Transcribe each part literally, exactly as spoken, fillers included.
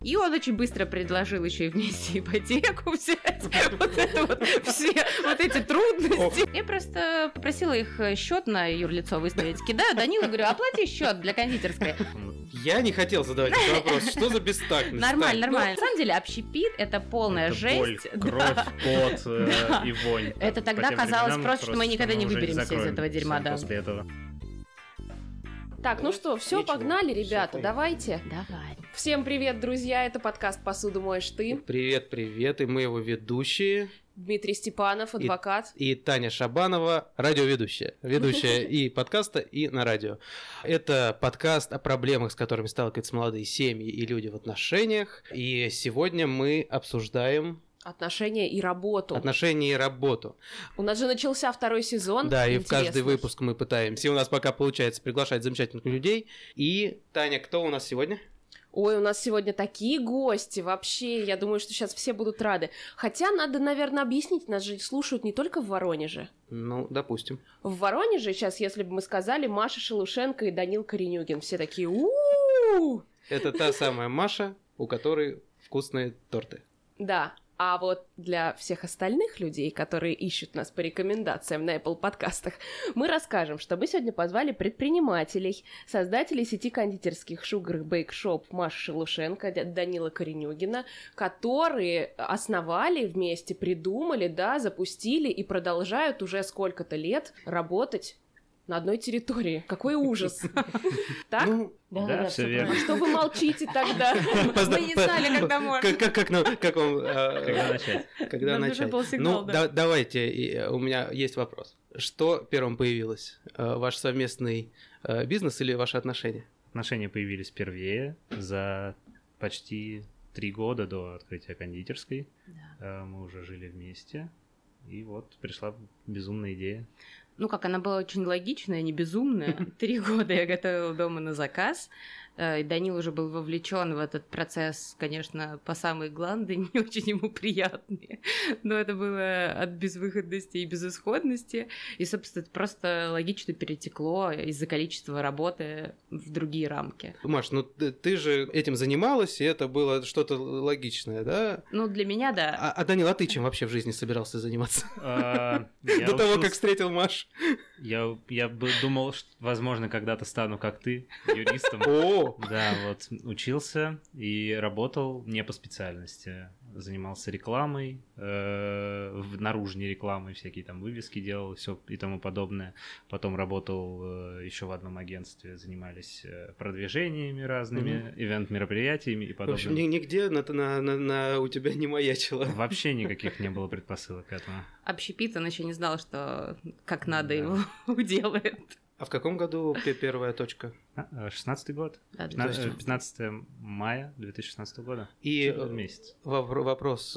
И он очень быстро предложил еще и внести ипотеку взять. Вот это вот все вот эти трудности. Я просто попросила их счет на юрлицо выставить. Кидаю Данилу, говорю, оплати счет для кондитерской. Я не хотел задавать этот вопрос. Что за бестактность? Нормально, нормально. На самом деле, общепит — это полная это жесть. Боль, кровь, пот э, и вонь. Это тогда казалось просто, что мы никогда не выберемся из этого дерьма, да. После этого. Так, ну что, все, Ничего, погнали, всё, ребята, понял. давайте. Давай. Всем привет, друзья, это подкаст «Посуду моешь ты». Привет, привет, и мы его ведущие. Дмитрий Степанов, адвокат. И, и Таня Шабанова, радиоведущая. Ведущая и подкаста, и на радио. Это подкаст о проблемах, с которыми сталкиваются молодые семьи и люди в отношениях. И сегодня мы обсуждаем... Отношения и работу. Отношения и работу. У нас же начался второй сезон. Да, и в Интересно. каждый выпуск мы пытаемся. И у нас пока получается приглашать замечательных людей. И, Таня, кто у нас сегодня? Ой, у нас сегодня такие гости, вообще, я думаю, что сейчас все будут рады. Хотя надо, наверное, объяснить, нас же слушают не только в Воронеже. Ну, допустим. В Воронеже сейчас, если бы мы сказали, Маша Шелушенко и Данил Коренюгин, все такие у-у-у! Это та самая Маша, у которой вкусные торты. Да. А вот для всех остальных людей, которые ищут нас по рекомендациям на Apple подкастах, мы расскажем, что мы сегодня позвали предпринимателей, создателей сети кондитерских Sugar Bake Shop Маши Шелушенко, Данила Коренюгина, которые основали вместе, придумали, да, запустили и продолжают уже сколько-то лет работать на одной территории. Какой ужас. Так? Да, да, все верно. А что вы молчите тогда? Мы не знали, когда можно. Как, как, как, как он... э, Когда начать? Когда Нам начать? нужен был сигнал, Ну, да. да- давайте, и, у меня есть вопрос. Что первым появилось? Э, Ваш совместный э, бизнес или ваши отношения? Отношения появились впервые за почти три года до открытия кондитерской. Да. Э, Мы уже жили вместе. И вот пришла безумная идея. Ну, как она была очень логичная, не безумная. Три года я готовила дома на заказ. И Данил уже был вовлечен в этот процесс, конечно, по самые гланды, не очень ему приятные. Но это было от безвыходности и безысходности. И, собственно, это просто логично перетекло из-за количества работы в другие рамки. Маш, ну ты, ты же этим занималась, и это было что-то логичное, да? Ну, для меня, да. А, а Данил, а ты чем вообще в жизни собирался заниматься? А, я До того, учился- как встретил Маш. Я, я бы думал, что, возможно, когда-то стану как ты, юристом. О, Да, вот учился и работал не по специальности. Занимался рекламой, э, в- наружной рекламой, всякие там вывески делал все и тому подобное. Потом работал э, еще в одном агентстве, занимались э, продвижениями разными, ивент-мероприятиями и в общем, подобным. ни- нигде на, на, на, на- у тебя не маячило. Вообще никаких не было предпосылок к этому. Общепит, он еще не знал, что как надо Да. его уделает. А в каком году пе- первая точка? А, э, шестнадцатый год, Да, Пятна- да. э, пятнадцатого мая две тысячи шестнадцатого года. И Через месяц. вопро- вопрос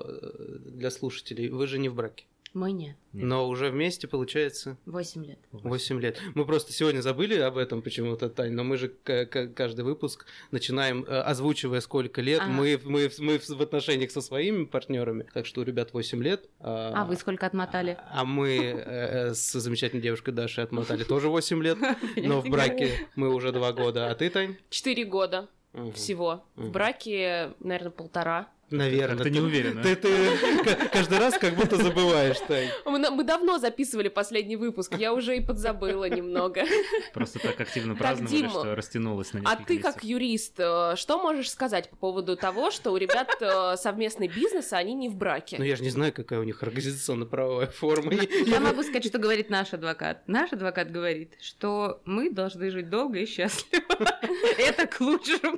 э, для слушателей. Вы же не в браке, Мой нет. Нет. но уже вместе, получается, Восемь лет. восемь лет. Мы просто сегодня забыли об этом почему-то, Тань, но мы же к- к- каждый выпуск начинаем, э, озвучивая сколько лет. Ага. Мы, мы, мы в отношениях со своими партнерами, так что у ребят восемь лет. А вы сколько отмотали? А мы э, с замечательной девушкой Дашей отмотали тоже восемь лет, но в браке мы уже два года. А ты, Тань? Четыре года Мгм. всего. В Мгм. браке, наверное, полтора. Наверное. Как-то не уверена. Ты, ты к- каждый раз как будто забываешь, Тань. Мы, на- мы давно записывали последний выпуск, я уже и подзабыла немного. Просто так активно Так, праздновали, Дима, что растянулось на А несколько ты, месяцев. как юрист, э, что можешь сказать по поводу того, что у ребят э, совместный бизнес, а они не в Ну, браке? я же не знаю, какая у них организационно-правовая форма. Я могу сказать, что говорит наш адвокат. Наш адвокат говорит, что мы должны жить долго и счастливо. Это к лучшему.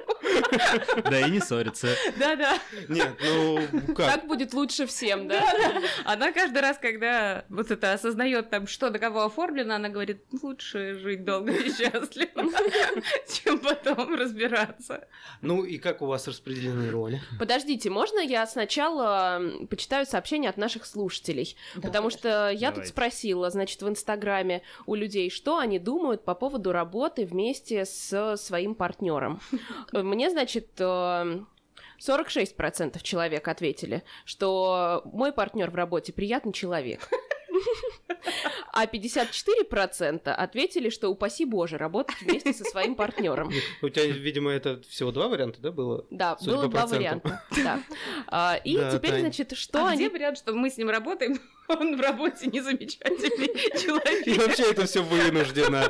Да, и не ссориться. Да-да. Нет, ну как? Так будет лучше всем, да? Она каждый раз, когда вот это осознает там, что до кого оформлено, она говорит, лучше жить долго и счастливо, чем потом разбираться. Ну и как у вас распределены роли? Подождите, можно я сначала м, почитаю сообщения от наших слушателей? Потому что я тут Давайте. спросила, значит, в Инстаграме у людей, что они думают по поводу работы вместе с своим партнером. Мне, значит, э, сорок шесть процентов человек ответили, что мой партнер в работе приятный человек. А пятьдесят четыре процента ответили, что упаси боже, работать вместе со своим партнером. У тебя, видимо, это всего два варианта, да, было? Да, Судя было по два процентам. варианта. Да. А, и Да, теперь, Тань. значит, что А они... где вариант, что мы с ним работаем, он в работе незамечательный И человек? вообще это все вынуждено.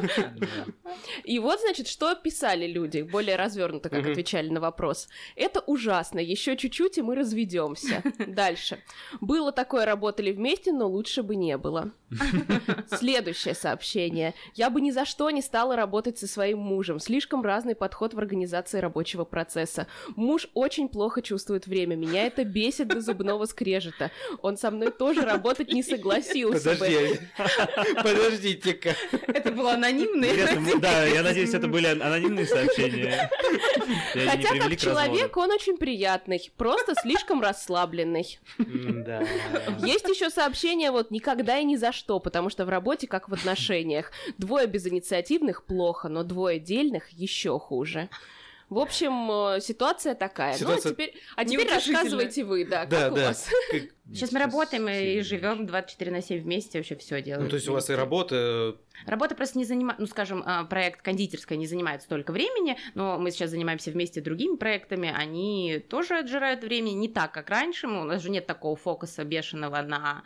И вот, значит, что писали люди, более развернуто, как Мгм. отвечали на вопрос. Это ужасно, еще чуть-чуть, и мы разведемся. Дальше. Было такое, работали вместе, но лучше бы не было. Следующее сообщение. Я бы ни за что не стала работать со своим мужем. Слишком разный подход в организации рабочего процесса. Муж очень плохо чувствует время. Меня это бесит до зубного скрежета. Он со мной тоже работать не согласился бы. Подожди, подождите-ка. Это было анонимное. Интересно, да, я надеюсь, это были анонимные сообщения. И они не Хотя привели как к разводу. человек он очень приятный, просто слишком расслабленный. Да. Есть еще сообщение вот никогда и ни за что, потому что в работе, как в отношениях, двое безинициативных плохо, но двое дельных еще хуже. В общем, э, ситуация такая. Ситуация Ну, а теперь, а теперь неутешительная. рассказывайте вы, да, Да, как у да. вас? Как- Сейчас мы работаем и сильно живем двадцать четыре на семь вместе, вообще все делаем. Ну, то есть у вас и вместе. работа... Работа просто не занимает, ну, скажем, а, проект кондитерская не занимает столько времени, но мы сейчас занимаемся вместе другими проектами, они тоже отжирают времени, не так, как раньше, у нас же нет такого фокуса бешеного на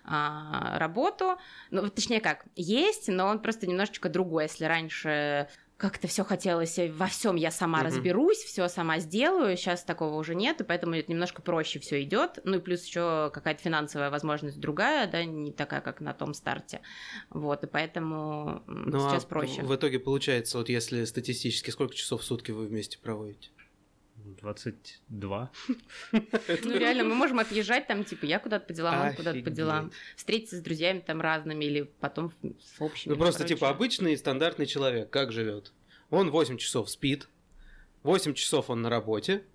а, работу, ну, точнее как, есть, но он просто немножечко другой, если раньше... Как-то все хотелось, во всем я сама Мгм. разберусь, все сама сделаю. Сейчас такого уже нет, и поэтому это немножко проще все идет. Ну и плюс еще какая-то финансовая возможность другая, да, не такая, как на том старте. Вот, и поэтому м, Ну, сейчас а проще. в итоге получается, вот если статистически, сколько часов в сутки вы вместе проводите? двадцать два. Ну реально, мы можем отъезжать там, типа, я куда-то по делам, он куда-то по Офигеть. делам. Встретиться с друзьями там разными или потом с общими. Ну, просто, короче. типа, обычный стандартный человек, как живет? Он восемь часов спит, восемь часов он на работе,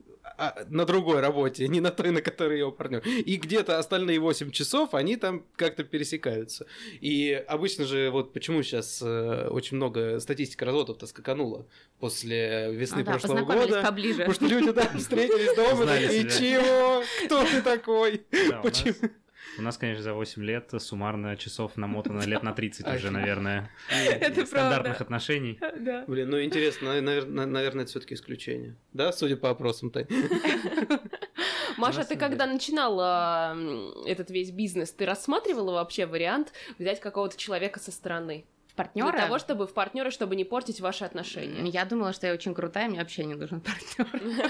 а на другой работе, не на той, на которой его партнер. И где-то остальные восемь часов они там как-то пересекаются. И обычно же, вот почему сейчас э, очень много статистика разводов-то скаканула после весны А, да, прошлого познакомились года. поближе. Потому что люди там встретились дома, Знали такие, себя. чего? Кто ты такой? Да, у нас- Почему? У нас, конечно, за восемь лет суммарно часов намотано лет на тридцать уже, Офигеть. наверное. Это Стандартных правда. отношений. Да. Блин, ну интересно, наверное, наверное это все-таки исключение. Да, судя по опросам, Тань? Маша, На ты самом когда начинала м, этот весь бизнес, ты рассматривала вообще вариант взять какого-то человека со стороны? Партнеры. Для того, чтобы в партнеры, чтобы не портить ваши отношения. Я думала, что я очень крутая, мне вообще не нужен партнер.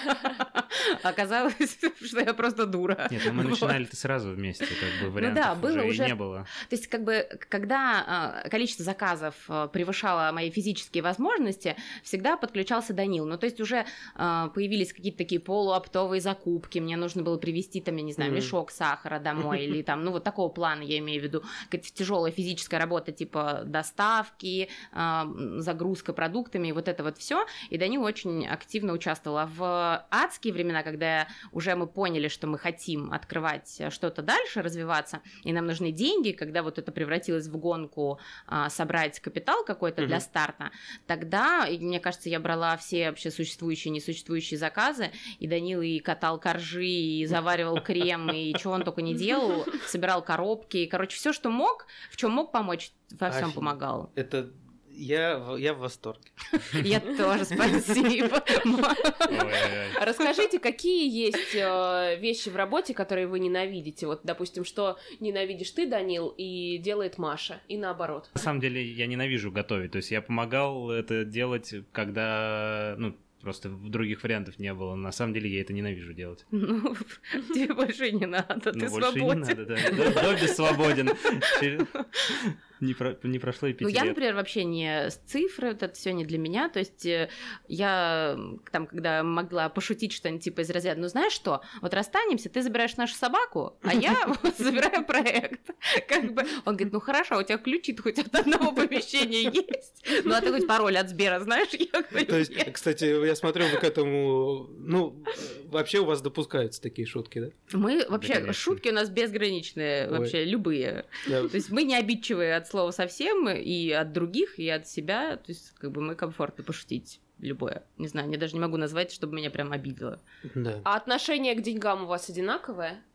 Оказалось, что я просто дура. Нет, ну мы Вот. начинали-то сразу вместе, как бы вариантов да, было уже и уже- не было. То есть, как бы, когда э, количество заказов э, превышало мои физические возможности, всегда подключался Данил. Ну, то есть, уже э, появились какие-то такие полуоптовые закупки, мне нужно было привезти, там, я не знаю, Мгм. мешок сахара домой, или там, ну, вот такого плана, я имею в виду, какая-то тяжелая физическая работа, типа доставки, э, загрузка продуктами, и вот это вот все. И Данил очень активно участвовал. А в адские времена, когда уже мы поняли, что мы хотим открывать что-то дальше, развиваться, и нам нужны деньги, когда вот это превратилось в гонку а, собрать капитал какой-то для Мгм. старта, тогда, и мне кажется, я брала все вообще существующие и несуществующие заказы, и Данил и катал коржи, и заваривал крем, и чего он только не делал, собирал коробки, и, короче, все, что мог, в чем мог помочь, во всем Офигеть. помогал. Это я, в- я в восторге. Я тоже, спасибо. Ой-ой-ой. А расскажите, какие есть э, вещи в работе, которые вы ненавидите? Вот, допустим, что ненавидишь ты, Данил, и делает Маша, и наоборот. На самом деле я ненавижу готовить. То есть я помогал это делать, когда, ну, просто других вариантов не было. На самом деле я это ненавижу делать. Ну, тебе больше не надо, Ну, ты больше и не свободен. надо, да. Да, Добби свободен. Через- Не, про- не прошло и Ну, пяти я, лет. например, вообще не с цифры, вот это все не для меня. То есть э, я м, там, когда могла пошутить что-нибудь типа из разряда, ну знаешь что, вот расстанемся, ты забираешь нашу собаку, а я вот забираю проект. Как бы он говорит, ну хорошо, у тебя ключи хоть от одного помещения есть, ну а ты хоть пароль от Сбера знаешь? Я говорю, То есть, «Нет». кстати, я смотрю, вы к этому... Ну, вообще у вас допускаются такие шутки, да? Мы вообще, конечно. шутки у нас безграничные, Ой. вообще любые. Да. То есть мы не обидчивые от слова совсем, и от других, и от себя. То есть как бы мы комфортно пошутить любое. Не знаю, я даже не могу назвать, чтобы меня прям обидело. Да. А отношение к деньгам у вас одинаковое?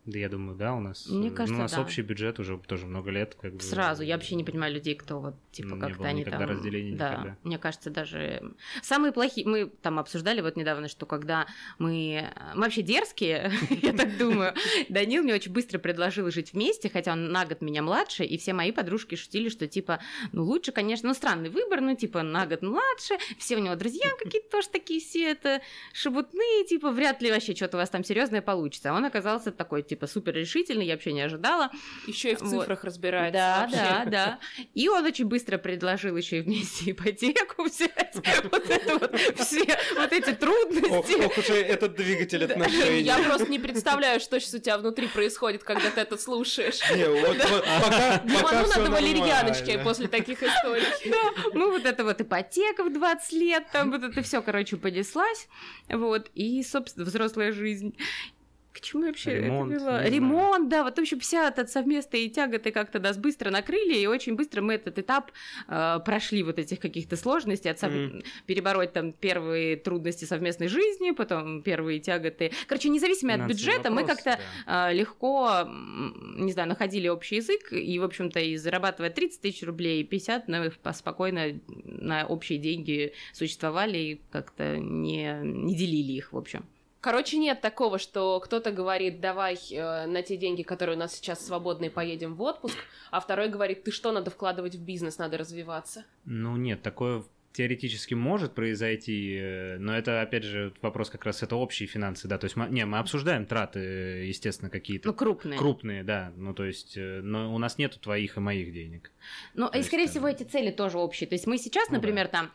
Да, я думаю, да, у нас, Мне кажется, ну, у нас да. общий бюджет уже тоже много лет. Как бы... Сразу. Я вообще не понимаю людей, кто вот, типа, Не как-то было они никогда там... разделения да, никогда. мне кажется, даже... Самые плохие... Мы там обсуждали вот недавно, что когда мы... Мы вообще дерзкие, я так думаю. Данил мне очень быстро предложил жить вместе, хотя он на год меня младше, и все мои подружки шутили, что, типа, ну, лучше, конечно, ну, странный выбор, ну, типа, на год младше, все у него друзья какие-то тоже такие все это шебутные, типа, вряд ли вообще что-то у вас там серьезное получится. А он оказался такой, типа, супер решительный, я вообще не ожидала. Еще и в Вот. цифрах разбирается. Да, вообще. да, да. И он очень быстро предложил еще и вместе ипотеку взять. Вот это вот все вот эти трудности. Ох уж этот двигатель отношений. Я просто не представляю, что сейчас у тебя внутри происходит, когда ты это слушаешь. Не, вот, вот, пока, пока Диману всё надо валерьяночкой нормально. после таких историй. Да, ну вот это вот ипотека в двадцать лет, там вот это все, короче, понеслась. Вот, и, собственно, взрослая жизнь. К чему я вообще Ремонт, это вела? не Ремонт, да, вот, в общем, вся эта совместные тяготы как-то нас быстро накрыли, и очень быстро мы этот этап э, прошли вот этих каких-то сложностей, от сов... Мгм. перебороть там первые трудности совместной жизни, потом первые тяготы. Короче, независимо от Финансовый бюджета, мы вопрос, как-то да. э, легко, м, не знаю, находили общий язык, и, в общем-то, и зарабатывая тридцать тысяч рублей, пятьдесят, ну, спокойно на общие деньги существовали и как-то не, не делили их, в общем. Короче, нет такого, что кто-то говорит, давай э, на те деньги, которые у нас сейчас свободные, поедем в отпуск, а второй говорит, ты что, надо вкладывать в бизнес, надо развиваться. Ну нет, такое теоретически может произойти, э, но это, опять же, вопрос как раз, это общие финансы, да, то есть мы, не, мы обсуждаем траты, естественно, какие-то Ну, крупные. крупные, да, ну то есть, э, но у нас нету твоих и моих денег. Ну, То и, есть, скорее э, всего, эти цели тоже общие. То есть мы сейчас, ну например, там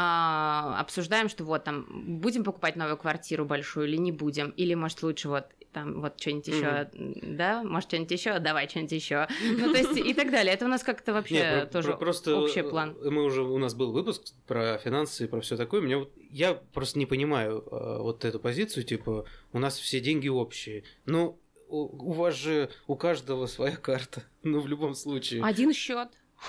а, обсуждаем, что вот там будем покупать новую квартиру большую или не будем, или, может, лучше вот там вот что-нибудь еще, да, может, что-нибудь еще, давай что-нибудь еще. Ну, то есть и так далее. Это у нас как-то вообще Не, про- тоже про- просто общий план. Мы уже, у нас был выпуск про финансы и про все такое. Мне вот, я просто не понимаю э, вот эту позицию, типа, у нас все деньги общие. Ну, у, у вас же у каждого своя карта. Ну, в любом случае. Один счет.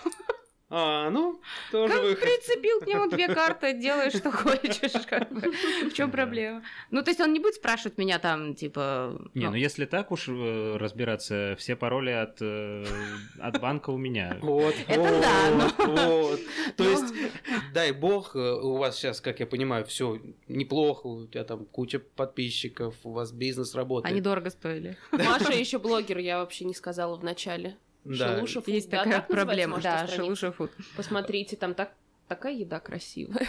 А, ну, тоже Как выход. прицепил к нему две карты, делаешь, что хочешь. Как бы. В чем Да. проблема? Ну, то есть он не будет спрашивать меня там, типа... Не, ну, ну если так уж э, разбираться, все пароли от, э, от банка у меня. Вот, Это вот, да, вот. То Ну. есть, дай бог, э, у вас сейчас, как я понимаю, все неплохо, у тебя там куча подписчиков, у вас бизнес работает. Они дорого стоили. Маша еще блогер, я вообще не сказала в начале. Да. Шелуша Фуд, Есть да, такая так называется, проблема. может, Да, страница? Шелуша Фуд. Посмотрите, там так, такая еда красивая.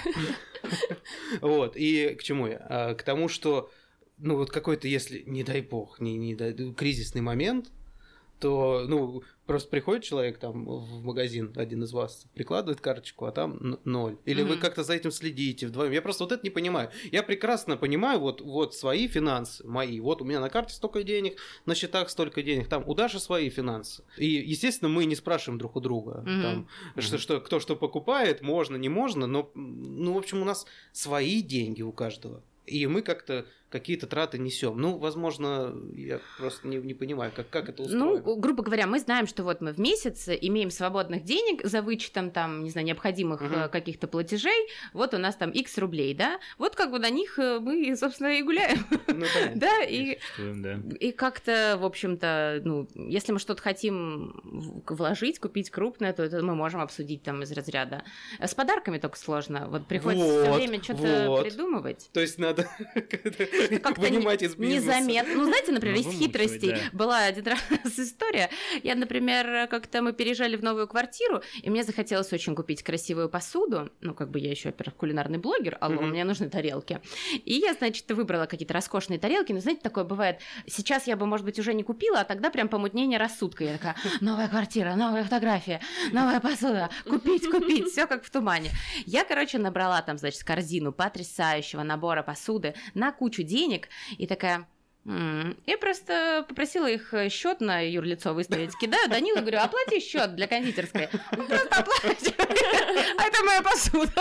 Вот, и к чему я? А, к тому, что, ну, вот какой-то, если, не дай бог, не, не дай, кризисный момент, то, ну, просто приходит человек там в магазин, один из вас, прикладывает карточку, а там н- ноль. Или вы Мгм. как-то за этим следите вдвоем. Я просто вот это не понимаю. Я прекрасно понимаю вот, вот свои финансы, мои. Вот у меня на карте столько денег, на счетах столько денег, там у Даши свои финансы. И, естественно, мы не спрашиваем друг у друга, Мгм. там, что, что, кто что покупает, можно, не можно, но, ну, в общем, у нас свои деньги у каждого. И мы как-то какие-то траты несем. Ну, возможно, я просто не, не понимаю, как, как это устроено. Ну, грубо говоря, мы знаем, что вот мы в месяц имеем свободных денег за вычетом там, не знаю, необходимых Мгм. э, каких-то платежей. Вот у нас там X рублей, да? Вот как бы на них э, мы, собственно, и гуляем. Ну, понятно. Да, и Существуем, да. И как-то, в общем-то, ну, если мы что-то хотим в- вложить, купить крупное, то это мы можем обсудить там из разряда. С подарками только сложно. Вот приходится все Вот, время что-то вот. придумывать. То есть надо как-то вынимать из бизнеса. Незаметно. Ну, знаете, например, из Вымучивать, хитростей да. была один раз история. Я, например, как-то мы переезжали в новую квартиру, и мне захотелось очень купить красивую посуду. Ну, как бы я еще, во-первых, кулинарный блогер, алло, Мгм. мне нужны тарелки. И я, значит, выбрала какие-то роскошные тарелки. Но, знаете, такое бывает, сейчас я бы, может быть, уже не купила, а тогда прям помутнение рассудка. Я такая, новая квартира, новая фотография, новая посуда, купить, купить, все как в тумане. Я, короче, набрала там, значит, корзину потрясающего набора посуды на кучу денег и такая... М, Я просто попросила их счет на юрлицо выставить. Кидаю Данилу и говорю, оплати счет для кондитерской. Он просто оплачивает. А это моя посуда.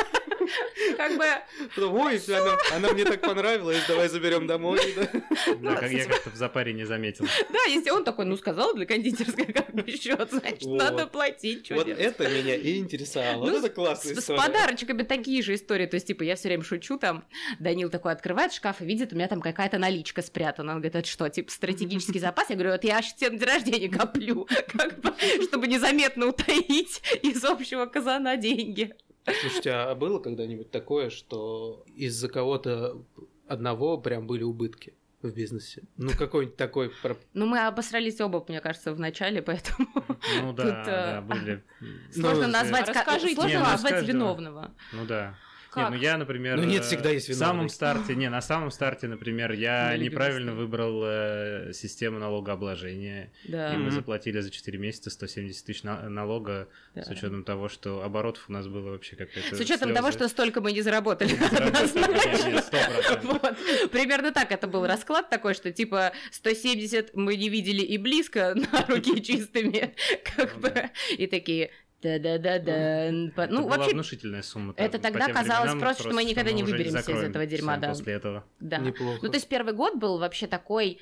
Как бы... Ой, она, она мне так понравилась, давай заберем домой. Да, как я как-то в запаре не заметил. Да, если он такой, ну, сказал для кондитерской как бы счет, значит, надо платить. Вот это меня и интересовало. Вот это классная история. С подарочками такие же истории. То есть, типа, я все время шучу, там, Данил такой открывает шкаф и видит, у меня там какая-то наличка спрятана. Он говорит, это что, типа, стратегический запас? Я говорю, вот я себе на день рождения коплю, как бы, чтобы незаметно утаить из общего казана деньги. Слушайте, а было когда-нибудь такое, что из-за кого-то одного прям были убытки в бизнесе? Ну, какой-нибудь такой... Ну, мы обосрались оба, мне кажется, в начале, поэтому... Ну да, Тут, да, были... Сложно назвать, Расскажите. сложно Не, ну, назвать скажи, виновного. Ну да. Как? Нет, ну я, например, Ну нет, всегда есть в самом виновный. старте, не, на самом старте, например, я Моя любимая неправильно история. выбрал э, систему налогообложения, Да. и мы Мгм. заплатили за четыре месяца сто семьдесят тысяч на- налога, Да. с учетом того, что оборотов у нас было вообще какая-то... С учетом того, что столько мы не заработали. Нет, нет, сто процентов. Вот. Примерно так это был расклад такой, что типа сто семьдесят мы не видели и близко на руки чистыми, как Ну бы, да. и такие да-да-да-да. Ну, Это была вообще, внушительная сумма. это по тогда тем казалось временам, просто, что мы никогда не уже выберемся из закроем этого дерьма, всё да. после этого. да. Неплохо. Ну, то есть первый год был вообще такой...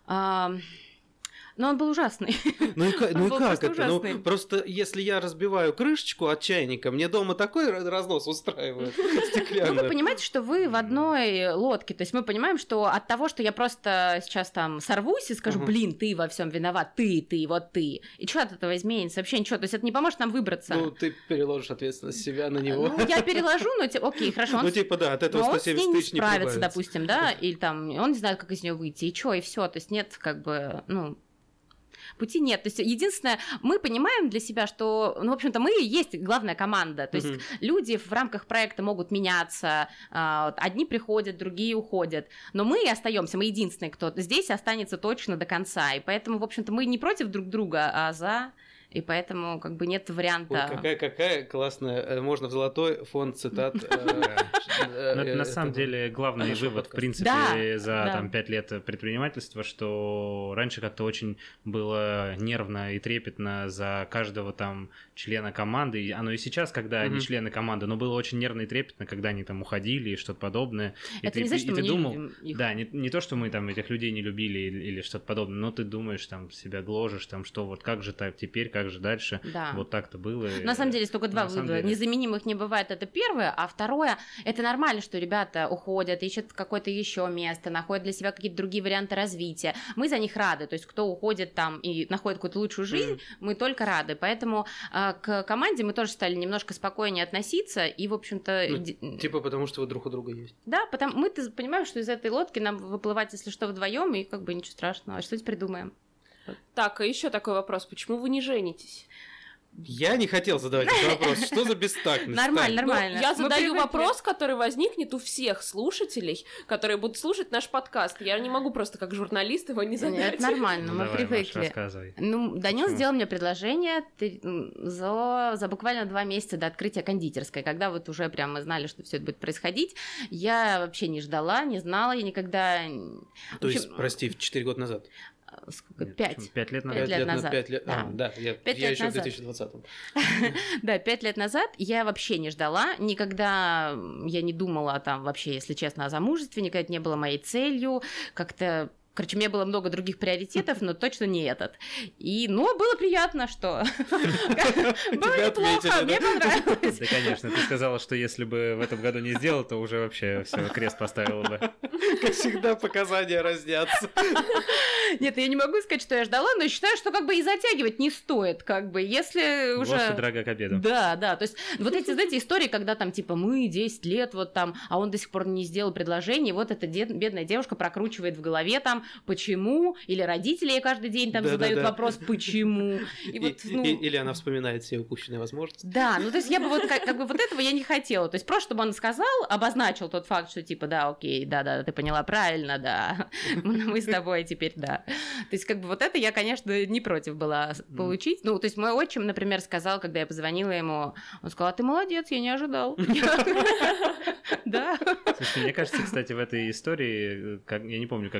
а, Ну, он был ужасный. Ну и, ка- ну и был как просто это? Ну, ужасный. просто если я разбиваю крышечку от чайника, мне дома такой ра- разнос устраивают Ну, вы стеклянный. понимаете, что вы в одной лодке. То есть мы понимаем, что от того, что я просто сейчас там сорвусь и скажу, Ага. блин, ты во всем виноват, ты, ты, вот ты. И что от этого изменится? Вообще ничего. То есть это не поможет нам выбраться. Ну, ты переложишь ответственность себя на него. Ну, я переложу, но те- окей, хорошо. Он Ну, типа, да, от этого но сто он с ней семьдесят не тысяч не справится, прибавится. допустим, да, или там он не знает, как из нее выйти, и что, и все. То есть нет, как бы, ну, пути нет. То есть единственное, мы понимаем для себя, что, ну, в общем-то, мы и есть главная команда. То есть Мгм. люди в рамках проекта могут меняться, а, одни приходят, другие уходят, но мы остаемся, мы единственные, кто здесь останется точно до конца, и поэтому, в общем-то, мы не против друг друга, а за, и поэтому как бы нет варианта. Ой, какая, какая классная. э, Можно в золотой фонд цитат. э, э, Ну, это на э, самом этого деле главный нашего вывод, в подкаста. принципе, Да, за да. там пять лет предпринимательства, что раньше как-то очень было нервно и трепетно за каждого там члена команды. И оно и сейчас, когда они Мгм. члены команды, но было очень нервно и трепетно, когда они там уходили и что-то подобное. И Это ты, не значит, и что ты мы не думал, любим их. да, не, не то, что мы там этих людей не любили или, или что-то подобное, но ты думаешь, там, себя гложешь, там, что вот как же так теперь, как же дальше. Да. Вот так-то было. На самом деле, есть только два На самом вывода. деле. Незаменимых не бывает, это первое. А второе, это нормально, что ребята уходят, ищут какое-то еще место, находят для себя какие-то другие варианты развития. Мы за них рады. То есть, кто уходит там и находит какую-то лучшую жизнь, Мгм. мы только рады. Поэтому э, к команде мы тоже стали немножко спокойнее относиться. И, в общем-то... Ну, ди- Типа потому, что вы друг у друга есть. Да, потому мы-то понимаем, что из этой лодки нам выплывать, если что, вдвоем, и как бы ничего страшного. А что теперь придумаем? Так, а еще такой вопрос. Почему вы не женитесь? Я не хотел задавать этот вопрос. Что за бестактность? Нормально, Тань? Ну, нормально. я Мы задаю привыкли. вопрос, который возникнет у всех слушателей, которые будут слушать наш подкаст. Я не могу просто как журналист его не задать. Это нормально, Ну, мы давай, Маш, привыкли. рассказывай. Ну, Данил Почему? сделал мне предложение ты- м, за, за буквально два месяца до открытия кондитерской, когда вот уже прям мы знали, что все это будет происходить. Я вообще не ждала, не знала, я никогда... То В есть, общем, прости, в четыре года назад. Сколько? Нет, Пять. почему? Пять лет Пять назад. лет на- назад. пять лет- Да. а, да, я, Пять я лет еще назад. в две тысячи двадцатом. Да, пять лет назад я вообще не ждала, никогда я не думала там вообще, если честно, о замужестве, никогда это не было моей целью, как-то... Короче, у меня было много других приоритетов, но точно не этот. И, ну, было приятно, что... Было Тебя неплохо, отметили, мне да? понравилось. Да, конечно. Ты сказала, что если бы в этом году не сделал, то уже вообще все крест поставила бы. Как всегда, показания разнятся. Нет, я не могу сказать, что я ждала, но считаю, что как бы и затягивать не стоит, как бы, если уже... Ложь и драга к обеду. Да, да, то есть вот эти, знаете, истории, когда там типа мы десять лет вот там, а он до сих пор не сделал предложение, и вот эта де- бедная девушка прокручивает в голове там, почему, или родители ей каждый день там Да-да-да. задают вопрос, почему, и И- вот, ну... и- Или она вспоминает все упущенные возможности. Да, ну то есть я бы вот как, как бы вот этого я не хотела. То есть просто чтобы он сказал, обозначил тот факт, что типа да, окей, да-да, ты поняла правильно, да, мы с тобой теперь, да. То есть как бы вот это я, конечно, не против была получить. Ну, то есть мой отчим, например, сказал, когда я позвонила ему, он сказал, а ты молодец, я не ожидал. Да. Слушай, мне кажется, кстати, в этой истории, как, я не помню, как это называется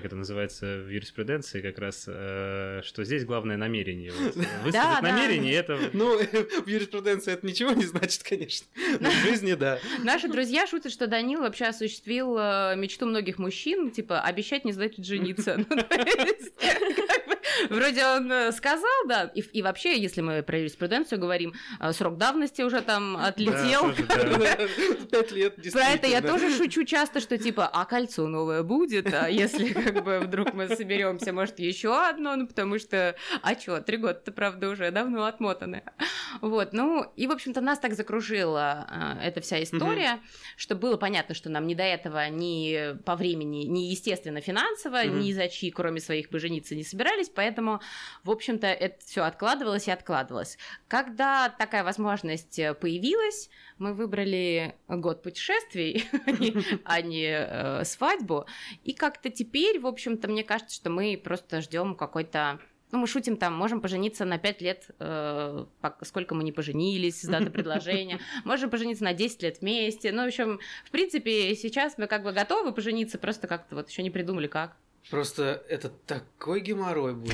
называется в юриспруденции как раз, э, что здесь главное намерение. Вот. Высказать Да, да. намерение, это... Ну, в юриспруденции это ничего не значит, конечно. Но в жизни, да. Наши друзья шутят, что Данил вообще осуществил э, мечту многих мужчин, типа, обещать не сдать жениться. Ну, то есть, как бы, вроде он э, сказал, да, и, и вообще, если мы про юриспруденцию говорим, э, срок давности уже там отлетел. Да, тоже, да. Пять лет, Про действительно. это я тоже шучу часто, что типа, а кольцо новое будет, а если как бы вдруг мы соберемся, может, еще одно, ну потому что, а чё, три года-то, правда, уже давно отмотаны. Вот, ну, и, в общем-то, нас так закружила э, эта вся история, mm-hmm. что было понятно, что нам не до этого ни по времени, ни, естественно, финансово, mm-hmm. ни за чьи, кроме своих, бы жениться не собирались, поэтому, в общем-то, это все откладывалось и откладывалось. Когда такая возможность появилась, мы выбрали год путешествий, а не э, свадьбу, и как-то теперь, в общем-то, мне кажется, что мы просто ждем какой-то... Ну, мы шутим там, можем пожениться на пять лет, э, сколько мы не поженились, с даты предложения, можем пожениться на десять лет вместе, ну, в общем, в принципе, сейчас мы как бы готовы пожениться, просто как-то вот еще не придумали как. Просто это такой геморрой будет.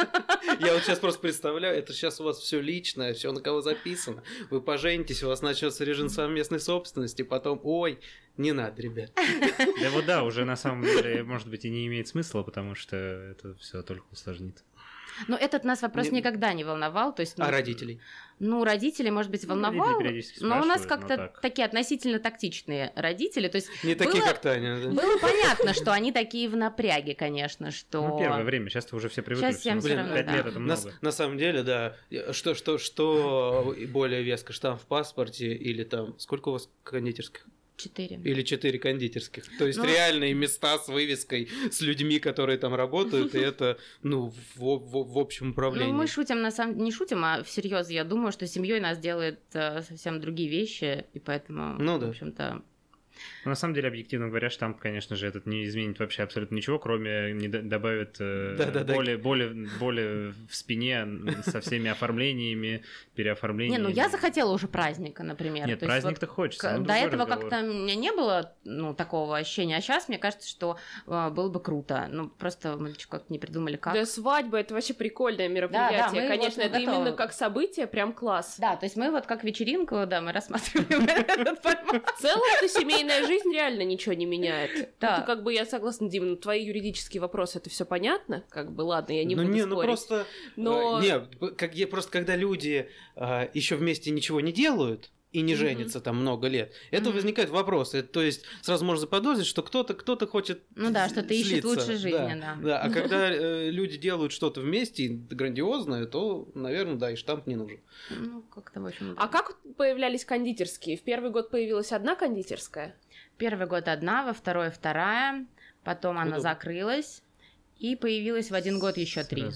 Я вот сейчас просто представляю, это сейчас у вас все личное, все на кого записано. Вы поженитесь, у вас начнется режим совместной собственности, потом, ой, не надо, ребят. Да вот да, уже на самом деле, может быть, и не имеет смысла, потому что это все только усложнит. Ну, этот нас вопрос не... никогда не волновал. То есть, ну, а родителей? Ну, родители, может быть, волновал, ну, но у нас как-то так. такие относительно тактичные родители. То есть не было... такие, как Таня. Да? Было понятно, что они такие в напряге, конечно, что... Ну, первое время, сейчас-то уже все привыкли. Сейчас всем все равно, пять да. лет это много. На, на самом деле, да. Что, что, что более веско, штамп в паспорте или там... Сколько у вас кондитерских? Четыре. Или четыре кондитерских. То есть ну, реальные места с вывеской, с людьми, которые там работают, и это, ну, в, в, в общем управлении. Ну, мы шутим, на самом деле, не шутим, а всерьез я думаю, что семьей нас делает э, совсем другие вещи, и поэтому, ну, да. в общем-то... Ну, на самом деле, объективно говоря, штамп, конечно же, этот не изменит вообще абсолютно ничего, кроме не д- добавит э, да, да, боли, да. боли, боли в спине со всеми оформлениями, переоформлениями. Не, ну я захотела уже праздника, например. Нет, праздник-то вот хочется. К- до этого разговор. Как-то у меня не было ну, такого ощущения, а сейчас мне кажется, что э, было бы круто. Ну, просто мы как-то не придумали, как. Да, свадьба — это вообще прикольное мероприятие. Да, да, конечно, вот это готовы. Именно как событие, прям класс. Да, то есть мы вот как вечеринку, да, мы рассматриваем этот формат. В целом, это семейная жизнь реально ничего не меняет. Да. Ну, как бы я согласна, Дима, ну, твои юридические вопросы, это все понятно? Как бы, ладно, я не ну, буду не, спорить. Ну, просто... Но... Не, как, просто когда люди э, еще вместе ничего не делают, и не женится mm-hmm. там много лет, это mm-hmm. возникает вопрос. Это, то есть сразу можно заподозрить, что кто-то, кто-то хочет Ну да, что-то ищет лучшей жизни, да. да. да. А когда э, люди делают что-то вместе, грандиозное, то, наверное, да, и штамп не нужен. Ну, как-то, в общем, да. А как появлялись кондитерские? В первый год появилась одна кондитерская? Первый год одна, во второй вторая, потом она Удобно. закрылась. И появилось в один год еще три.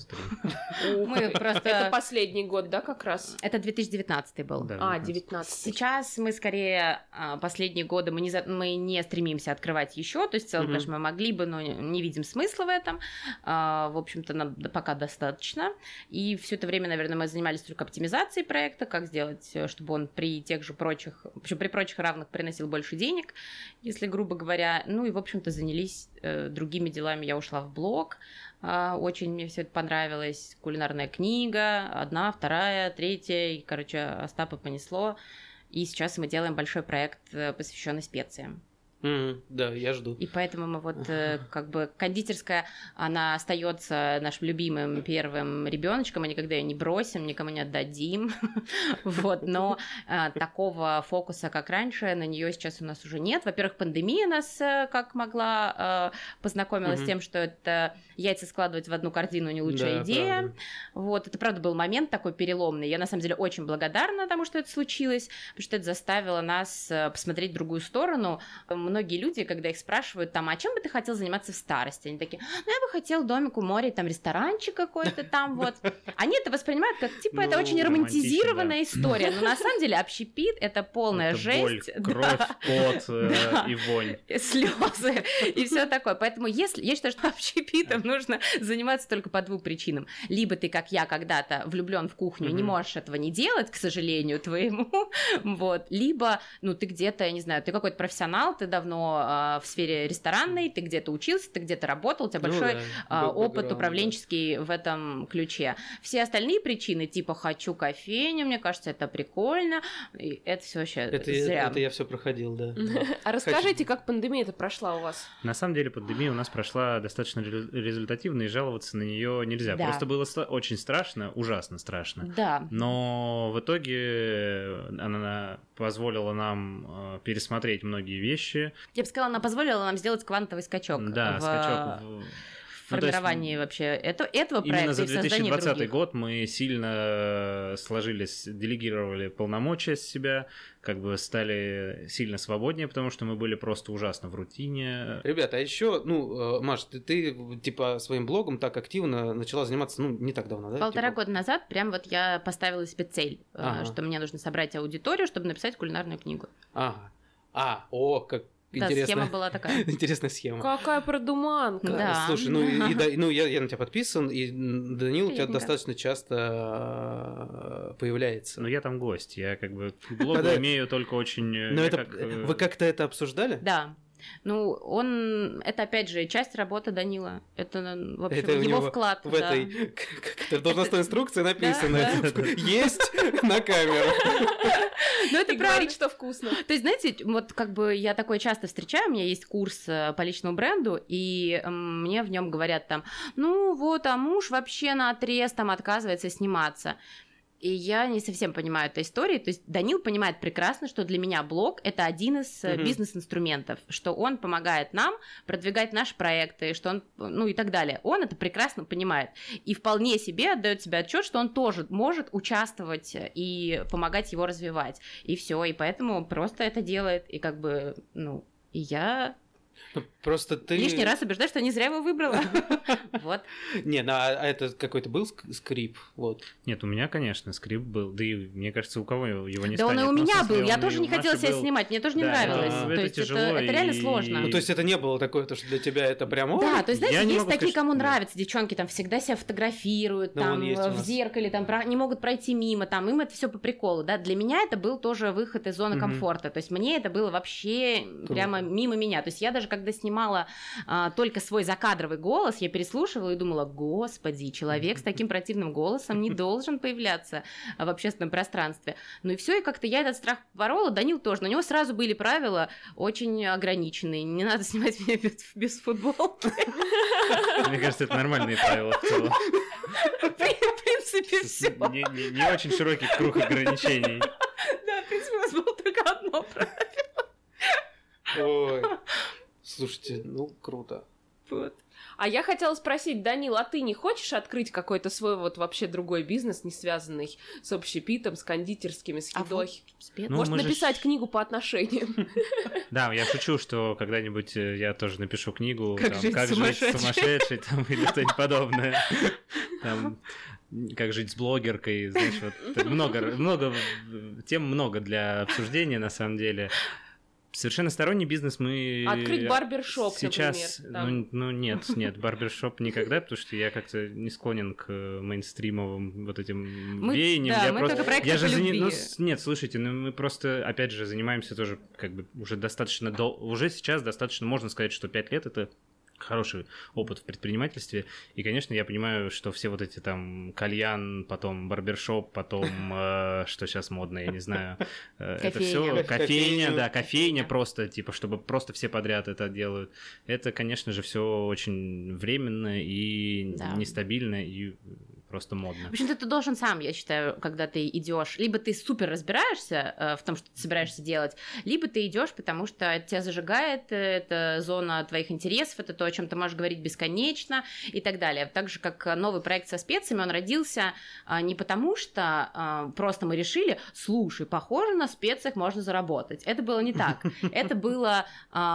Мы просто... Это последний год, да, как раз? Это две тысячи девятнадцатый был. Да, а, девятнадцатый. Сейчас мы скорее последние годы мы не, за... мы не стремимся открывать еще, то есть в целом, mm-hmm. конечно, мы могли бы, но не видим смысла в этом. В общем-то, нам пока достаточно. И все это время, наверное, мы занимались только оптимизацией проекта, как сделать, чтобы он при тех же прочих, в общем, при прочих равных приносил больше денег, если грубо говоря. Ну и, в общем-то, занялись другими делами. Я ушла в блог. Очень мне все это понравилось. Кулинарная книга, одна, вторая, третья. И, короче, Остапа понесло. И сейчас мы делаем большой проект, посвященный специям. Mm, да, я жду. И поэтому мы вот как бы кондитерская, она остается нашим любимым первым ребеночком, мы никогда ее не бросим, никому не отдадим. Вот, но такого фокуса, как раньше, на нее сейчас у нас уже нет. Во-первых, пандемия нас как могла познакомила с тем, что это яйца складывать в одну корзину не лучшая идея. Вот, это правда был момент такой переломный. Я на самом деле очень благодарна тому, что это случилось, потому что это заставило нас посмотреть в другую сторону. Многие люди, когда их спрашивают, там, а чем бы ты хотел заниматься в старости? Они такие, ну, я бы хотел домик у моря, там, ресторанчик какой-то там, вот. Они это воспринимают как, типа, это очень романтизированная история. Но на самом деле общепит — это полная жесть. Кровь, пот и вонь. Слезы и все такое. Поэтому если я считаю, что общепитом нужно заниматься только по двум причинам. Либо ты, как я, когда-то влюблен в кухню, не можешь этого не делать, к сожалению твоему, вот. Либо, ну, ты где-то, я не знаю, ты какой-то профессионал, ты давно в сфере ресторанной, ты где-то учился, ты где-то работал, у тебя большой ну, да. опыт управленческий да. в этом ключе. Все остальные причины, типа «хочу кофейню», мне кажется, это прикольно, и это все вообще это, зря. Это, это я все проходил, да. А расскажите, как пандемия-то прошла у вас? На самом деле пандемия у нас прошла достаточно результативно, и жаловаться на нее нельзя. Да. Просто было очень страшно, ужасно страшно. Да. Но в итоге она позволила нам пересмотреть многие вещи. Я бы сказала, она позволила нам сделать квантовый скачок. Да, в... скачок в... формировании ну, вообще это, этого проекта. Именно за две тысячи двадцатый других. год мы сильно сложились, делегировали полномочия с себя, как бы стали сильно свободнее, потому что мы были просто ужасно в рутине. Ребята, а еще, ну, Маш, ты, ты типа своим блогом так активно начала заниматься, ну, не так давно, да? Полтора типа... года назад прям вот я поставила себе цель, ага. что мне нужно собрать аудиторию, чтобы написать кулинарную книгу. Ага. А, о, как... Да, интересная, схема была такая. Интересная схема. Какая продуманка. Да. Слушай, ну, и, и, ну я, я на тебя подписан, и Данил у тебя достаточно часто появляется. Ну, я там гость, я как бы блог Когда... имею только очень... Но это... как... Вы как-то это обсуждали? Да. Ну, он... Это, опять же, часть работы Данила. Это, в общем, это его вклад. В да. этой как должностной инструкции написано. Есть на камеру. Ну, это говорит, что вкусно. То есть, знаете, вот как бы я такое часто встречаю, у меня есть курс по личному бренду, и мне в нем говорят там, ну вот, а муж вообще наотрез там отказывается сниматься. И я не совсем понимаю эту историю. То есть Данил понимает прекрасно, что для меня блог — это один из uh-huh. бизнес-инструментов, что он помогает нам продвигать наши проекты, что он, ну и так далее. Он это прекрасно понимает. И вполне себе отдает себе отчет, что он тоже может участвовать и помогать его развивать. И все. И поэтому просто это делает. И как бы, ну, и я... Просто ты... Лишний раз убеждаю, что не зря его выбрала. Вот. Не, ну а это какой-то был скрипт? Вот. Нет, у меня, конечно, скрипт был. Да и, мне кажется, у кого его не станет. Да он и у меня был. Я тоже не хотела себя снимать. Мне тоже не нравилось. То есть это реально сложно. Ну, то есть это не было такое, что для тебя это прямо... Да, то есть, знаете, есть такие, кому нравится. Девчонки там всегда себя фотографируют, там в зеркале, там не могут пройти мимо, там им это все по приколу. Да, для меня это был тоже выход из зоны комфорта. То есть мне это было вообще прямо мимо меня. То есть я даже когда снимала а, только свой закадровый голос, я переслушивала и думала, господи, человек с таким противным голосом не должен появляться в общественном пространстве. Ну и все, и как-то я этот страх поборола, Данил тоже, но у него сразу были правила очень ограниченные, не надо снимать меня без, без футболки. Мне кажется, это нормальные правила в целом. В принципе, все. Не, не очень широкий круг ограничений. Да, в принципе, у нас было только одно правило. Ой. Слушайте, ну, круто. Вот. А я хотела спросить, Данил, а ты не хочешь открыть какой-то свой вот вообще другой бизнес, не связанный с общепитом, с кондитерскими, с едой? А вот, ну, Может, написать же... книгу по отношениям? Да, я шучу, что когда-нибудь я тоже напишу книгу «Как жить сумасшедший» или что-нибудь подобное. Как жить с блогеркой, знаешь, вот много, много, тем много для обсуждения, на самом деле. Совершенно сторонний бизнес мы... Открыть барбершоп, сейчас... например. Ну, ну, нет, нет, барбершоп никогда, потому что я как-то не склонен к мейнстримовым вот этим мы, веяниям. Да, я мы просто... только проекты я по же любви. Ну, нет, слушайте, ну, мы просто, опять же, занимаемся тоже как бы уже достаточно... Дол... Уже сейчас достаточно, можно сказать, что пять лет — это хороший опыт в предпринимательстве, и, конечно, я понимаю, что все вот эти там кальян, потом барбершоп, потом э, что сейчас модно, я не знаю, э, это все кофейня, да, кофейня просто, типа, чтобы просто все подряд это делают. Это, конечно же, все очень временно и да. нестабильно, и просто модно. В общем-то, ты должен сам, я считаю, когда ты идешь, либо ты супер разбираешься э, в том, что ты собираешься делать, либо ты идешь, потому что это тебя зажигает, это зона твоих интересов, это то, о чем ты можешь говорить бесконечно и так далее. Так же, как новый проект со специями, он родился э, не потому, что э, просто мы решили, слушай, похоже, на специях можно заработать. Это было не так. Это было...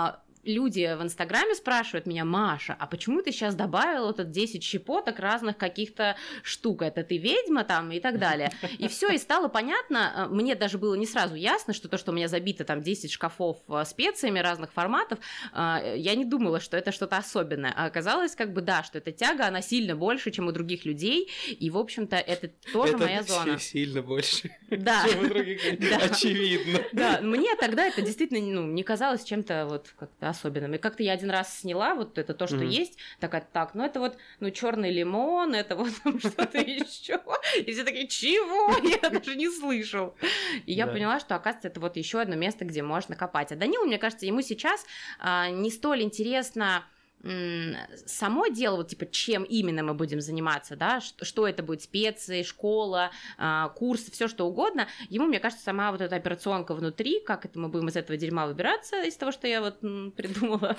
люди в Инстаграме спрашивают меня: Маша, а почему ты сейчас добавила вот десять щепоток разных каких-то штук? Это ты ведьма там и так далее. И все, и стало понятно, мне даже было не сразу ясно, что то, что у меня забито там десять шкафов специями разных форматов, я не думала, что это что-то особенное. А оказалось, как бы, да, что эта тяга, она сильно больше, чем у других людей, и, в общем-то, это тоже это моя зона. Сильно больше, да. чем у других. Да. Очевидно. Да, мне тогда это действительно, ну, не казалось чем-то вот как-то особенным. И как-то я один раз сняла вот это то, что mm-hmm. есть, такая, так, ну это вот, ну, черный лимон, это вот что-то еще. И все такие: чего? Я даже не слышал. И я поняла, что, оказывается, это вот еще одно место, где можно копать. А Данилу, мне кажется, ему сейчас а, не столь интересно само дело, вот типа, чем именно мы будем заниматься, да, что, что это будет, специи, школа, э, курсы, все что угодно. Ему, мне кажется, сама вот эта операционка внутри, как это мы будем из этого дерьма выбираться, из того, что я вот м, придумала.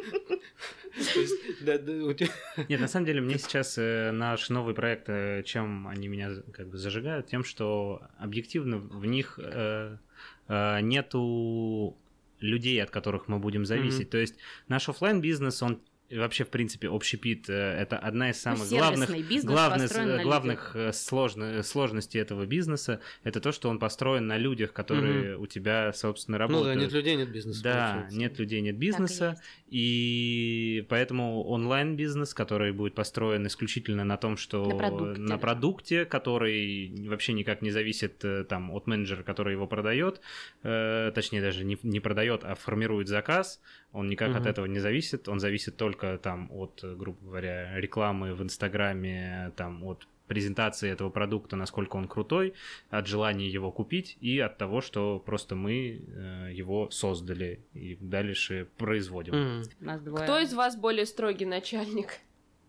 Нет, на самом деле, мне сейчас э, наш новый проект, э, чем они меня как бы зажигают, тем, что объективно в них э, э, нету людей, от которых мы будем зависеть. Mm-hmm. То есть наш офлайн бизнес, он вообще, в принципе, общепит, это одна из самых ну, главных, главных, главных сложно, сложностей этого бизнеса, это то, что он построен на людях, которые mm-hmm. у тебя, собственно, работают. Ну да, нет людей, нет бизнеса. Да, получается. Нет людей, нет бизнеса, и, и поэтому онлайн-бизнес, который будет построен исключительно на том, что на продукте, на продукте который вообще никак не зависит там, от менеджера, который его продает, э, точнее даже не, не продает, а формирует заказ, он никак mm-hmm. от этого не зависит, он зависит только там от, грубо говоря, рекламы в Инстаграме, там от презентации этого продукта, насколько он крутой, от желания его купить и от того, что просто мы э, его создали и дальше производим. Mm. Нас двое. Кто из вас более строгий начальник?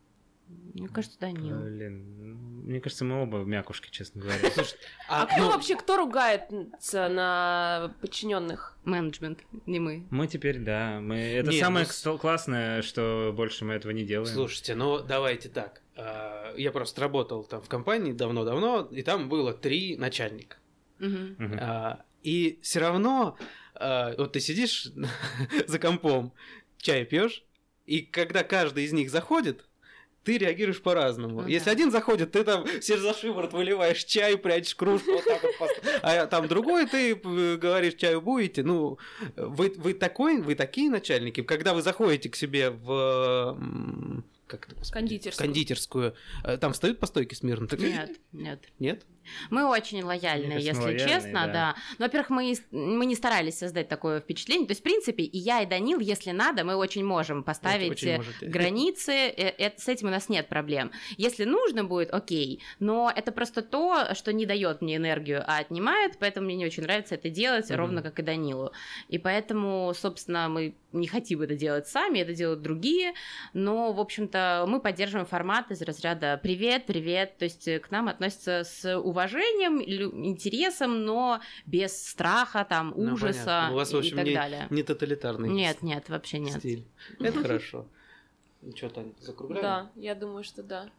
Мне кажется, Данил. Блин, мне кажется, мы оба мякушки, честно говоря. А кто вообще, кто ругается на подчиненных? Менеджмент, не мы. Мы теперь, да. Мы... Это Нет, самое ну... классное, что больше мы этого не делаем. Слушайте, ну давайте так. Я просто работал там в компании давно-давно, и там было три начальника. Угу. Угу. И все равно, вот ты сидишь за компом, чай пьешь, и когда каждый из них заходит, ты реагируешь по-разному. Ну, Если да. один заходит, ты там все за шиворот выливаешь чай, прячешь кружку, вот так вот, а там другой, ты говоришь: чаю будете. Ну, вы, вы такой, вы такие начальники, когда вы заходите к себе в... Как это, господи, кондитерскую. кондитерскую. Там встают по стойке смирно? Нет, нет. Нет? Мы очень лояльные, если лояльные, честно, да. да. Но, во-первых, мы, мы не старались создать такое впечатление. То есть, в принципе, и я, и Данил, если надо, мы очень можем поставить очень границы. Это, с этим у нас нет проблем. Если нужно будет, окей. Но это просто то, что не дает мне энергию, а отнимает, поэтому мне не очень нравится это делать, mm-hmm. ровно как и Данилу. И поэтому, собственно, мы не хотим это делать сами, это делают другие. Но, в общем-то, мы поддерживаем формат из разряда «привет, привет». То есть к нам относятся с уважением, уважением, интересом, но без страха, там, ужаса ну, У вас, в общем, и так не, далее. Не тоталитарный Нет, нет, вообще нет. Стиль. Это хорошо. Ну что, Таня, закругляем? Да, я думаю, что да.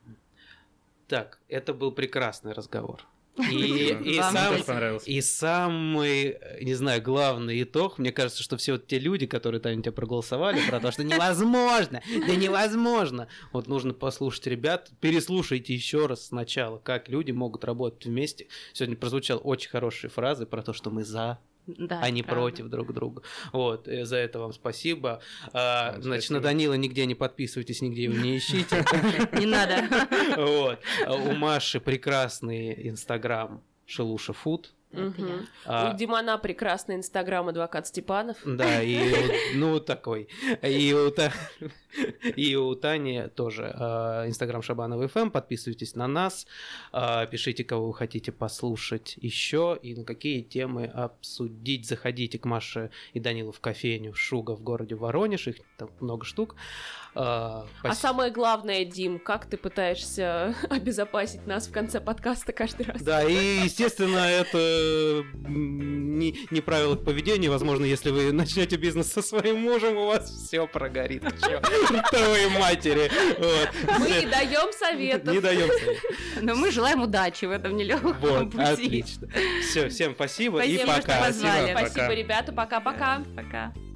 Так, это был прекрасный разговор. И, и, сам, и самый, не знаю, главный итог, мне кажется, что все вот те люди, которые там тебя проголосовали, про то, что невозможно, да невозможно. Вот нужно послушать ребят, переслушайте еще раз сначала, как люди могут работать вместе. Сегодня прозвучал очень хорошие фразы про то, что мы за, да, а не правда. против друг друга. Вот, и за это вам спасибо. А, вам значит, спасибо. На Данила нигде не подписывайтесь, нигде его не ищите. Не надо. Вот. У Маши прекрасный Инстаграм Шелуша Фуд. Угу. А, у Димана прекрасный Инстаграм адвокат Степанов. Да, и ну такой. И у, и у Тани тоже Инстаграм Шабанов эф эм. Подписывайтесь на нас, пишите, кого вы хотите послушать еще и на какие темы обсудить. Заходите к Маше и Данилу в кофейню Шуга в городе Воронеж, их там много штук. А, а самое главное, Дим, как ты пытаешься обезопасить нас в конце подкаста каждый раз? Да, и, естественно, это не, не правило поведения. Возможно, если вы начнете бизнес со своим мужем, у вас все прогорит. Твоей матери. Мы не даем советов. Не даем советов. Но мы желаем удачи в этом нелегком вот, пути. Отлично. Все, всем спасибо, спасибо и пока. Что позвали. Спасибо, спасибо, ребята, пока-пока. Пока.